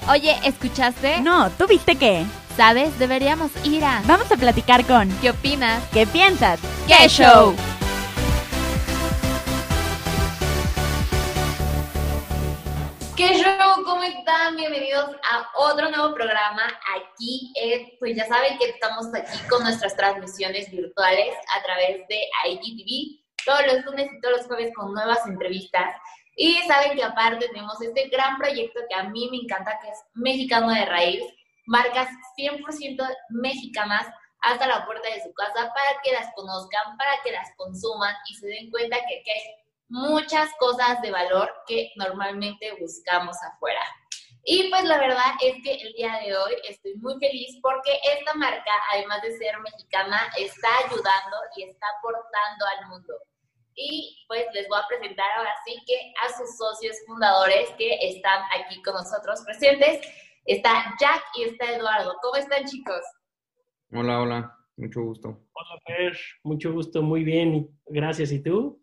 Oye, ¿escuchaste? No, ¿tú viste qué? ¿Sabes? Deberíamos ir a... Vamos a platicar con... ¿Qué opinas? ¿Qué piensas? ¡Qué show! ¿Qué show? ¿Cómo están? Bienvenidos a otro nuevo programa aquí. Pues ya saben que estamos aquí con nuestras transmisiones virtuales a través de IGTV todos los lunes y todos los jueves con nuevas entrevistas. Y saben que aparte tenemos este gran proyecto que a mí me encanta, que es Mexicano de Raíz, marcas 100% mexicanas hasta la puerta de su casa para que las conozcan, para que las consuman y se den cuenta que hay muchas cosas de valor que normalmente buscamos afuera. Y pues la verdad es que el día de hoy estoy muy feliz porque esta marca, además de ser mexicana, está ayudando y está aportando al mundo. Y pues les voy a presentar ahora sí que a sus socios fundadores que están aquí con nosotros presentes. Está Jack y está Eduardo. ¿Cómo están, chicos? Hola, mucho gusto. Hola, Fer, mucho gusto, muy bien, gracias. ¿Y tú?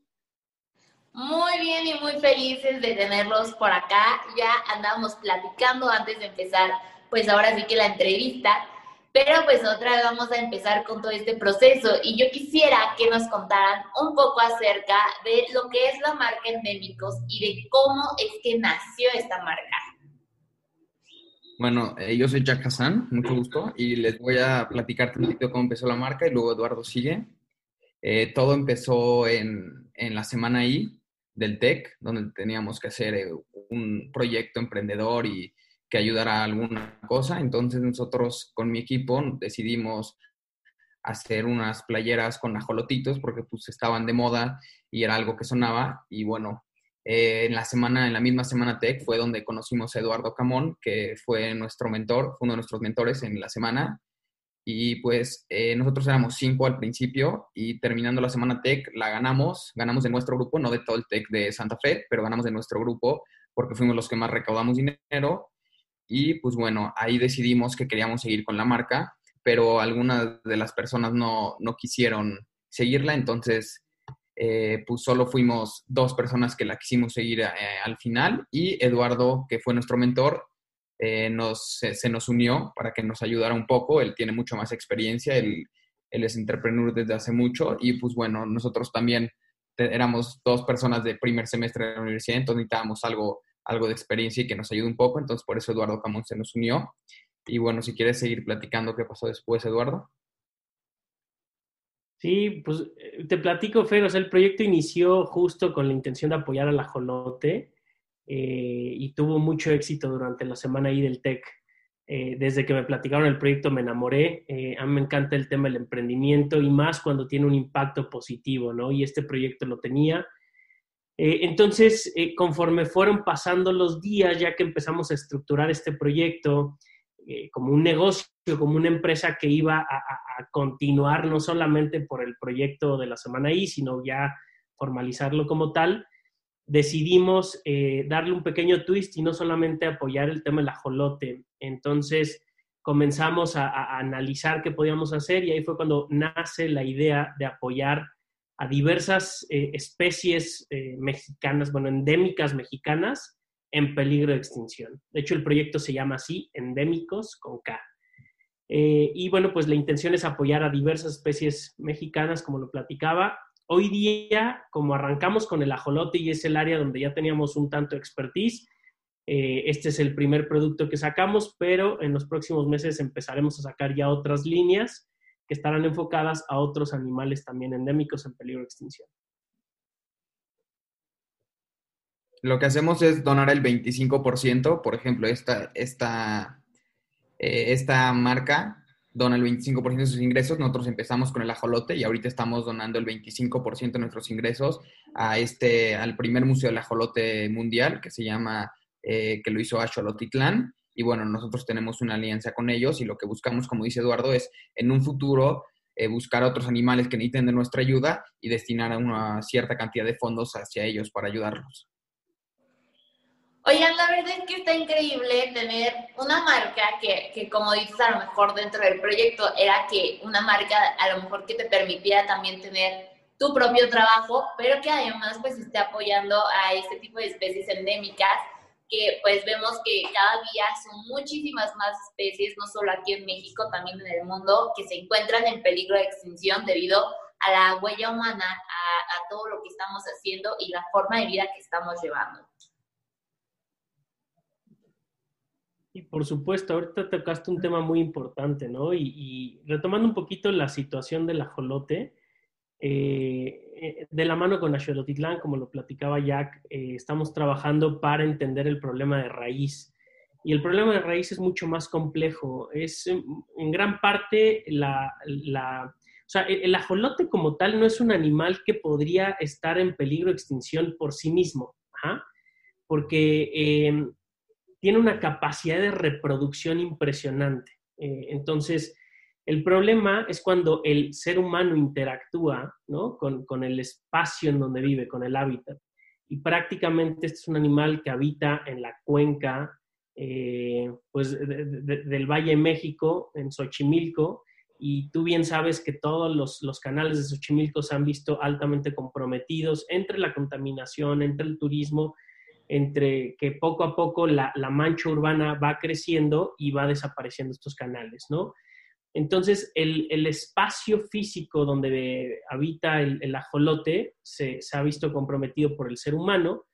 Muy bien y muy felices de tenerlos por acá. Ya andábamos platicando antes de empezar, pues ahora sí que la entrevista. Pero pues otra vez vamos a empezar con todo este proceso y yo quisiera que nos contaran un poco acerca de lo que es la marca Endémicos y de cómo es que nació esta marca. Bueno, yo soy Jack Hassan, mucho gusto, y les voy a platicar un poquito cómo empezó la marca y luego Eduardo sigue. Todo empezó en la semana I del TEC, donde teníamos que hacer un proyecto emprendedor y que ayudara a alguna cosa. Entonces nosotros con mi equipo decidimos hacer unas playeras con ajolotitos porque pues estaban de moda y era algo que sonaba. Y bueno, en la misma semana Tech fue donde conocimos a Eduardo Camón, que fue nuestro mentor, fue uno de nuestros mentores en la semana. Y pues nosotros éramos 5 al principio y terminando la semana Tech la ganamos de nuestro grupo, no de todo el Tech de Santa Fe, pero ganamos de nuestro grupo porque fuimos los que más recaudamos dinero. Y pues bueno, ahí decidimos que queríamos seguir con la marca, pero algunas de las personas no quisieron seguirla, entonces pues solo fuimos 2 personas que la quisimos seguir al final y Eduardo, que fue nuestro mentor, se nos unió para que nos ayudara un poco. Él tiene mucho más experiencia, él es entrepreneur desde hace mucho y pues bueno, nosotros también éramos 2 personas de primer semestre de la universidad, entonces necesitábamos algo de experiencia y que nos ayude un poco, entonces por eso Eduardo Camón se nos unió. Y bueno, si quieres seguir platicando qué pasó después, Eduardo. Sí, pues te platico, Fer, o sea, el proyecto inició justo con la intención de apoyar al ajolote y tuvo mucho éxito durante la semana ahí del TEC. Desde que me platicaron el proyecto me enamoré. A mí me encanta el tema del emprendimiento y más cuando tiene un impacto positivo, ¿no? Y este proyecto lo tenía. Entonces, conforme fueron pasando los días, ya que empezamos a estructurar este proyecto como un negocio, como una empresa que iba a continuar no solamente por el proyecto de la semana I, sino ya formalizarlo como tal, decidimos darle un pequeño twist y no solamente apoyar el tema del ajolote. Entonces, comenzamos a analizar qué podíamos hacer y ahí fue cuando nace la idea de apoyar a diversas especies mexicanas, bueno, endémicas mexicanas en peligro de extinción. De hecho, el proyecto se llama así, Endémicos con K. Y bueno, pues la intención es apoyar a diversas especies mexicanas, como lo platicaba. Hoy día, como arrancamos con el ajolote y es el área donde ya teníamos un tanto expertise, este es el primer producto que sacamos, pero en los próximos meses empezaremos a sacar ya otras líneas que estarán enfocadas a otros animales también endémicos en peligro de extinción. Lo que hacemos es donar el 25%, por ejemplo, esta marca dona el 25% de sus ingresos, nosotros empezamos con el ajolote y ahorita estamos donando el 25% de nuestros ingresos al primer museo del ajolote mundial que se llama, que lo hizo Axolotitlán. Y bueno, nosotros tenemos una alianza con ellos y lo que buscamos, como dice Eduardo, es en un futuro buscar a otros animales que necesiten de nuestra ayuda y destinar una cierta cantidad de fondos hacia ellos para ayudarlos. Oigan, la verdad es que está increíble tener una marca que como dices, a lo mejor dentro del proyecto era que una marca a lo mejor que te permitiera también tener tu propio trabajo, pero que además pues esté apoyando a este tipo de especies endémicas, que pues vemos que cada día son muchísimas más especies, no solo aquí en México, también en el mundo, que se encuentran en peligro de extinción debido a la huella humana, a todo lo que estamos haciendo y la forma de vida que estamos llevando. Y por supuesto, ahorita tocaste un tema muy importante, ¿no? Y retomando un poquito la situación del ajolote, de la mano con Axolotitlán, como lo platicaba Jack, estamos trabajando para entender el problema de raíz. Y el problema de raíz es mucho más complejo. Es en gran parte o sea, el ajolote como tal no es un animal que podría estar en peligro de extinción por sí mismo, ¿ajá? Porque tiene una capacidad de reproducción impresionante. Entonces, el problema es cuando el ser humano interactúa, ¿no? con el espacio en donde vive, con el hábitat. Y prácticamente este es un animal que habita en la cuenca pues, del Valle de México, en Xochimilco, y tú bien sabes que todos los canales de Xochimilco se han visto altamente comprometidos entre la contaminación, entre el turismo, entre que poco a poco la mancha urbana va creciendo y va desapareciendo estos canales, ¿no? Entonces, el espacio físico donde habita el ajolote se ha visto comprometido por el ser humano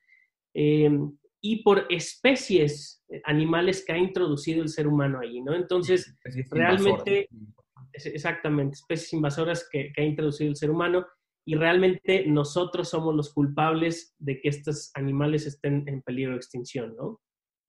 y por especies animales que ha introducido el ser humano allí, ¿no? Entonces, realmente, exactamente, especies invasoras que ha introducido el ser humano, y realmente nosotros somos los culpables de que estos animales estén en peligro de extinción, ¿no?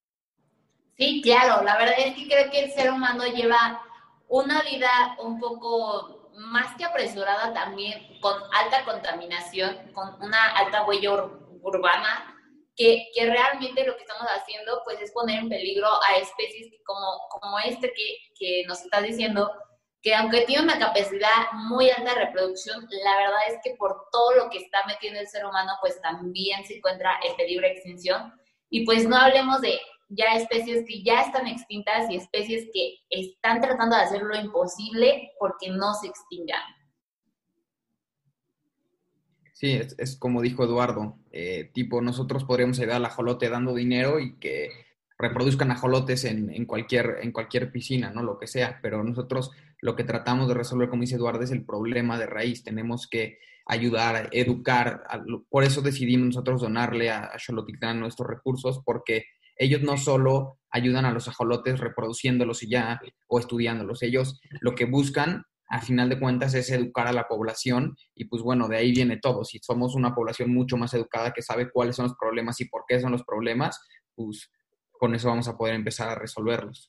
Sí, claro, la verdad es que creo que el ser humano lleva una vida un poco más que apresurada también, con alta contaminación, con una alta huella urbana, que realmente lo que estamos haciendo pues es poner en peligro a especies como este que nos estás diciendo, que aunque tiene una capacidad muy alta de reproducción, la verdad es que por todo lo que está metiendo el ser humano, pues también se encuentra en peligro de extinción. Y pues no hablemos de ya especies que ya están extintas y especies que están tratando de hacer lo imposible porque no se extingan. Sí, es como dijo Eduardo, tipo nosotros podríamos ayudar al ajolote dando dinero y que reproduzcan ajolotes en cualquier piscina, ¿no? Lo que sea, pero nosotros lo que tratamos de resolver, como dice Eduardo, es el problema de raíz. Tenemos que ayudar, educar, por eso decidimos nosotros donarle a Xolotitlán nuestros recursos, porque ellos no solo ayudan a los ajolotes reproduciéndolos y ya, o estudiándolos, ellos lo que buscan a final de cuentas es educar a la población y pues bueno, de ahí viene todo. Si somos una población mucho más educada que sabe cuáles son los problemas y por qué son los problemas, pues con eso vamos a poder empezar a resolverlos.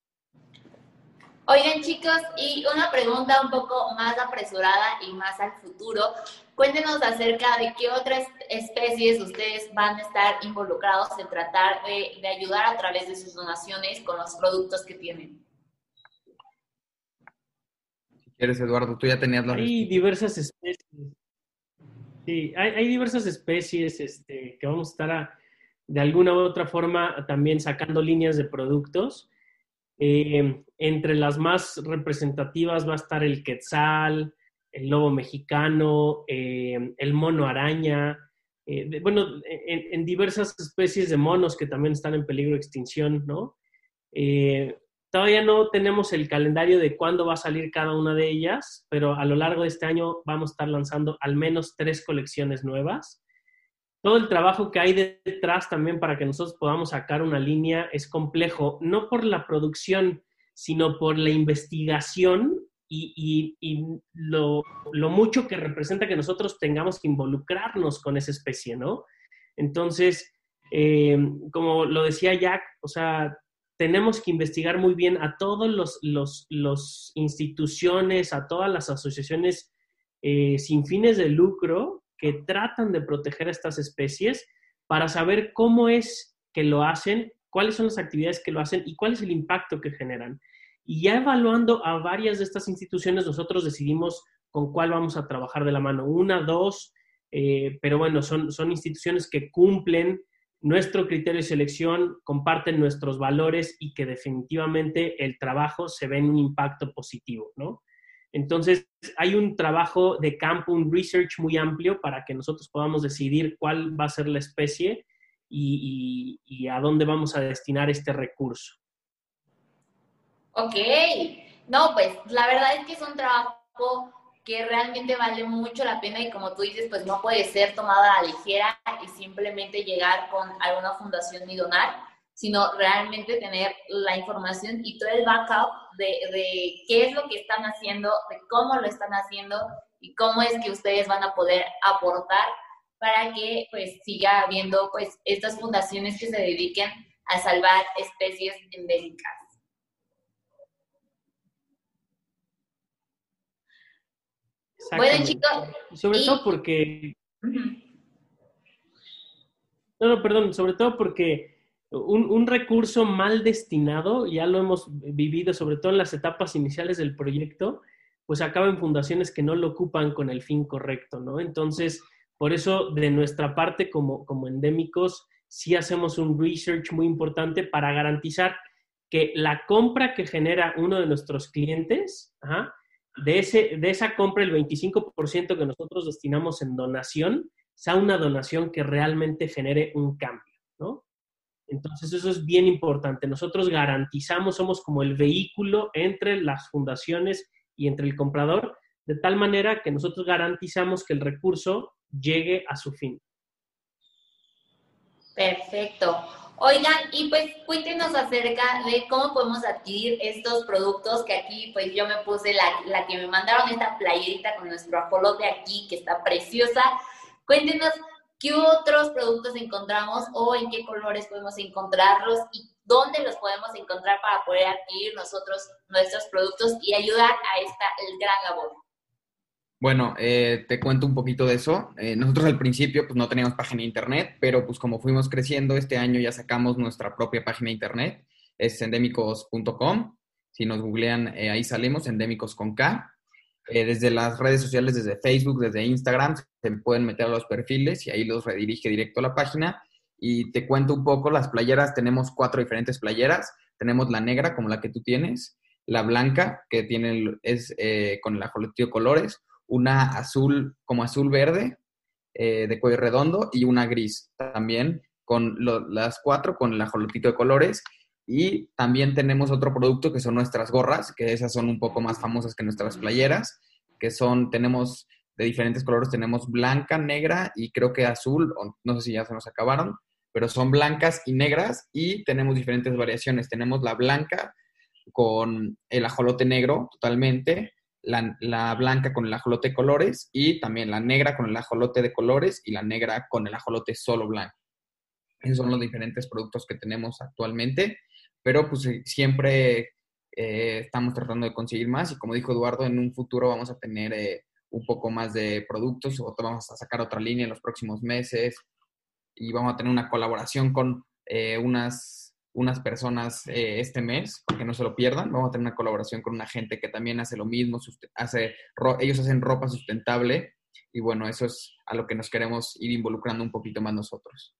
Oigan, chicos, y una pregunta un poco más apresurada y más al futuro. Cuéntenos acerca de qué otras especies ustedes van a estar involucrados en tratar de ayudar a través de sus donaciones con los productos que tienen. ¿Quieres, Eduardo? Tú ya tenías las Hay diversas especies. Sí, hay diversas especies que vamos a estar de alguna u otra forma también sacando líneas de productos. Entre las más representativas va a estar el quetzal, el lobo mexicano, el mono araña, en diversas especies de monos que también están en peligro de extinción, ¿no? Todavía no tenemos el calendario de cuándo va a salir cada una de ellas, pero a lo largo de este año vamos a estar lanzando al menos 3 colecciones nuevas. Todo el trabajo que hay detrás también para que nosotros podamos sacar una línea es complejo, no por la producción, sino por la investigación y lo mucho que representa que nosotros tengamos que involucrarnos con esa especie, ¿no? Entonces, como lo decía Jack, o sea, tenemos que investigar muy bien a todos los instituciones, a todas las asociaciones sin fines de lucro que tratan de proteger a estas especies para saber cómo es que lo hacen, cuáles son las actividades que lo hacen y cuál es el impacto que generan. Y ya evaluando a varias de estas instituciones, nosotros decidimos con cuál vamos a trabajar de la mano. 1, 2, pero bueno, son instituciones que cumplen nuestro criterio de selección, comparten nuestros valores y que definitivamente el trabajo se ve en un impacto positivo, ¿no? Entonces, hay un trabajo de campo, un research muy amplio para que nosotros podamos decidir cuál va a ser la especie y a dónde vamos a destinar este recurso. Ok, no, pues la verdad es que es un trabajo que realmente vale mucho la pena y como tú dices, pues no puede ser tomada a la ligera y simplemente llegar con alguna fundación y donar, sino realmente tener la información y todo el backup de qué es lo que están haciendo, de cómo lo están haciendo y cómo es que ustedes van a poder aportar para que pues siga habiendo pues estas fundaciones que se dediquen a salvar especies endémicas. Bueno, chicos. Sobre todo porque... No, perdón, sobre todo porque un recurso mal destinado, ya lo hemos vivido, sobre todo en las etapas iniciales del proyecto, pues acaba en fundaciones que no lo ocupan con el fin correcto, ¿no? Entonces, por eso, de nuestra parte, como endémicos, sí hacemos un research muy importante para garantizar que la compra que genera uno de nuestros clientes, de esa compra, el 25% que nosotros destinamos en donación, sea una donación que realmente genere un cambio, ¿no? Entonces, eso es bien importante. Nosotros garantizamos, somos como el vehículo entre las fundaciones y entre el comprador, de tal manera que nosotros garantizamos que el recurso llegue a su fin. Perfecto. Oigan, y pues cuéntenos acerca de cómo podemos adquirir estos productos, que aquí pues yo me puse la que me mandaron, esta playerita con nuestro ajolote aquí, que está preciosa. Cuéntenos qué otros productos encontramos o en qué colores podemos encontrarlos y dónde los podemos encontrar para poder adquirir nosotros nuestros productos y ayudar a esta gran labor. Bueno, te cuento un poquito de eso. Nosotros al principio pues no teníamos página de internet, pero pues como fuimos creciendo, este año ya sacamos nuestra propia página de internet, es endemicos.com. Si nos googlean, ahí salimos, endémicos con K. Desde las redes sociales, desde Facebook, desde Instagram, se pueden meter a los perfiles y ahí los redirige directo a la página. Y te cuento un poco, las playeras, tenemos 4 diferentes playeras. Tenemos la negra, como la que tú tienes, la blanca, que es con el ajolote de colores, una azul, como azul verde, de cuello redondo, y una gris también, con las 4 con el ajolotito de colores. Y también tenemos otro producto que son nuestras gorras, que esas son un poco más famosas que nuestras playeras, tenemos de diferentes colores, tenemos blanca, negra y creo que azul, o no sé si ya se nos acabaron, pero son blancas y negras y tenemos diferentes variaciones. Tenemos la blanca con el ajolote negro totalmente, la blanca con el ajolote de colores y también la negra con el ajolote de colores y la negra con el ajolote solo blanco. Esos son los diferentes productos que tenemos actualmente, pero pues siempre estamos tratando de conseguir más y como dijo Eduardo, en un futuro vamos a tener un poco más de productos o vamos a sacar otra línea en los próximos meses y vamos a tener una colaboración con unas personas este mes, para que no se lo pierdan. Vamos a tener una colaboración con una gente que también hace lo mismo, ellos hacen ropa sustentable y bueno, eso es a lo que nos queremos ir involucrando un poquito más nosotros.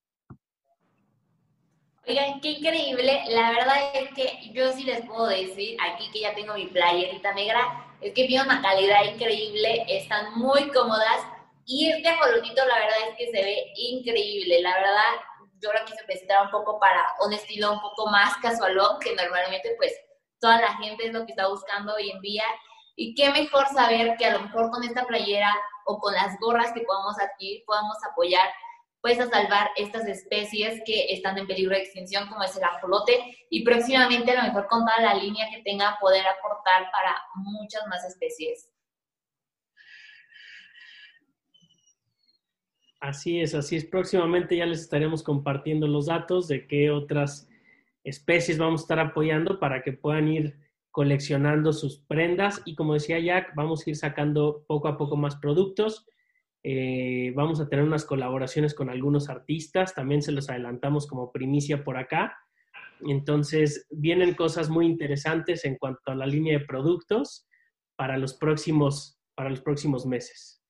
Oigan, qué increíble. La verdad es que yo sí les puedo decir, aquí que ya tengo mi playerita negra, es que tiene una calidad increíble, están muy cómodas y este ajolotito la verdad es que se ve increíble. La verdad, yo lo quise presentar un poco para un estilo un poco más casualón, que normalmente pues toda la gente es lo que está buscando hoy en día. Y qué mejor saber que a lo mejor con esta playera o con las gorras que podamos adquirir, podamos apoyar pues a salvar estas especies que están en peligro de extinción, como es el ajolote, y próximamente a lo mejor con toda la línea que tenga poder aportar para muchas más especies. Así es. Próximamente ya les estaremos compartiendo los datos de qué otras especies vamos a estar apoyando para que puedan ir coleccionando sus prendas y como decía Jack, vamos a ir sacando poco a poco más productos. Vamos a tener unas colaboraciones con algunos artistas, también se los adelantamos como primicia por acá. Entonces, vienen cosas muy interesantes en cuanto a la línea de productos para los próximos meses.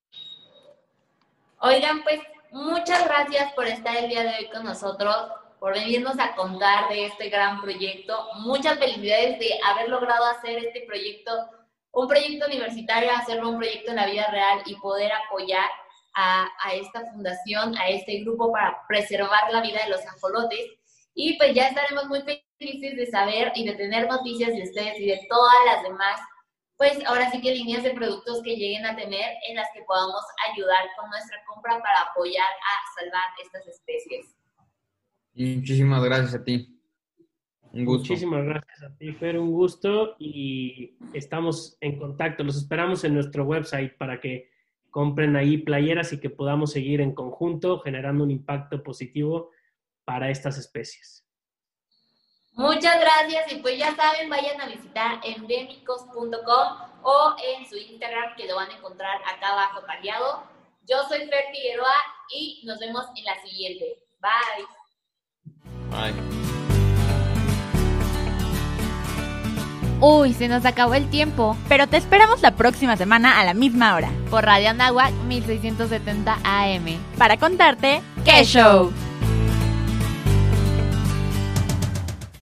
Oigan, pues muchas gracias por estar el día de hoy con nosotros, por venirnos a contar de este gran proyecto. Muchas felicidades de haber logrado hacer este proyecto, un proyecto universitario, hacerlo un proyecto en la vida real y poder apoyar a esta fundación, a este grupo para preservar la vida de los ajolotes. Y pues ya estaremos muy felices de saber y de tener noticias de ustedes y de todas las demás, pues ahora sí que líneas de productos que lleguen a tener en las que podamos ayudar con nuestra compra para apoyar a salvar estas especies. Y muchísimas gracias a ti. Un gusto. Muchísimas gracias a ti, Fer, un gusto, y estamos en contacto. Los esperamos en nuestro website para que compren ahí playeras y que podamos seguir en conjunto generando un impacto positivo para estas especies. Muchas gracias, y pues ya saben, vayan a visitar endemicos.com o en su Instagram, que lo van a encontrar acá abajo tagueado. Yo soy Fer Figueroa y nos vemos en la siguiente. Bye. Bye. Uy, se nos acabó el tiempo. Pero te esperamos la próxima semana a la misma hora Por Radio Anáhuac 1670 AM. para contarte ¡Qué show!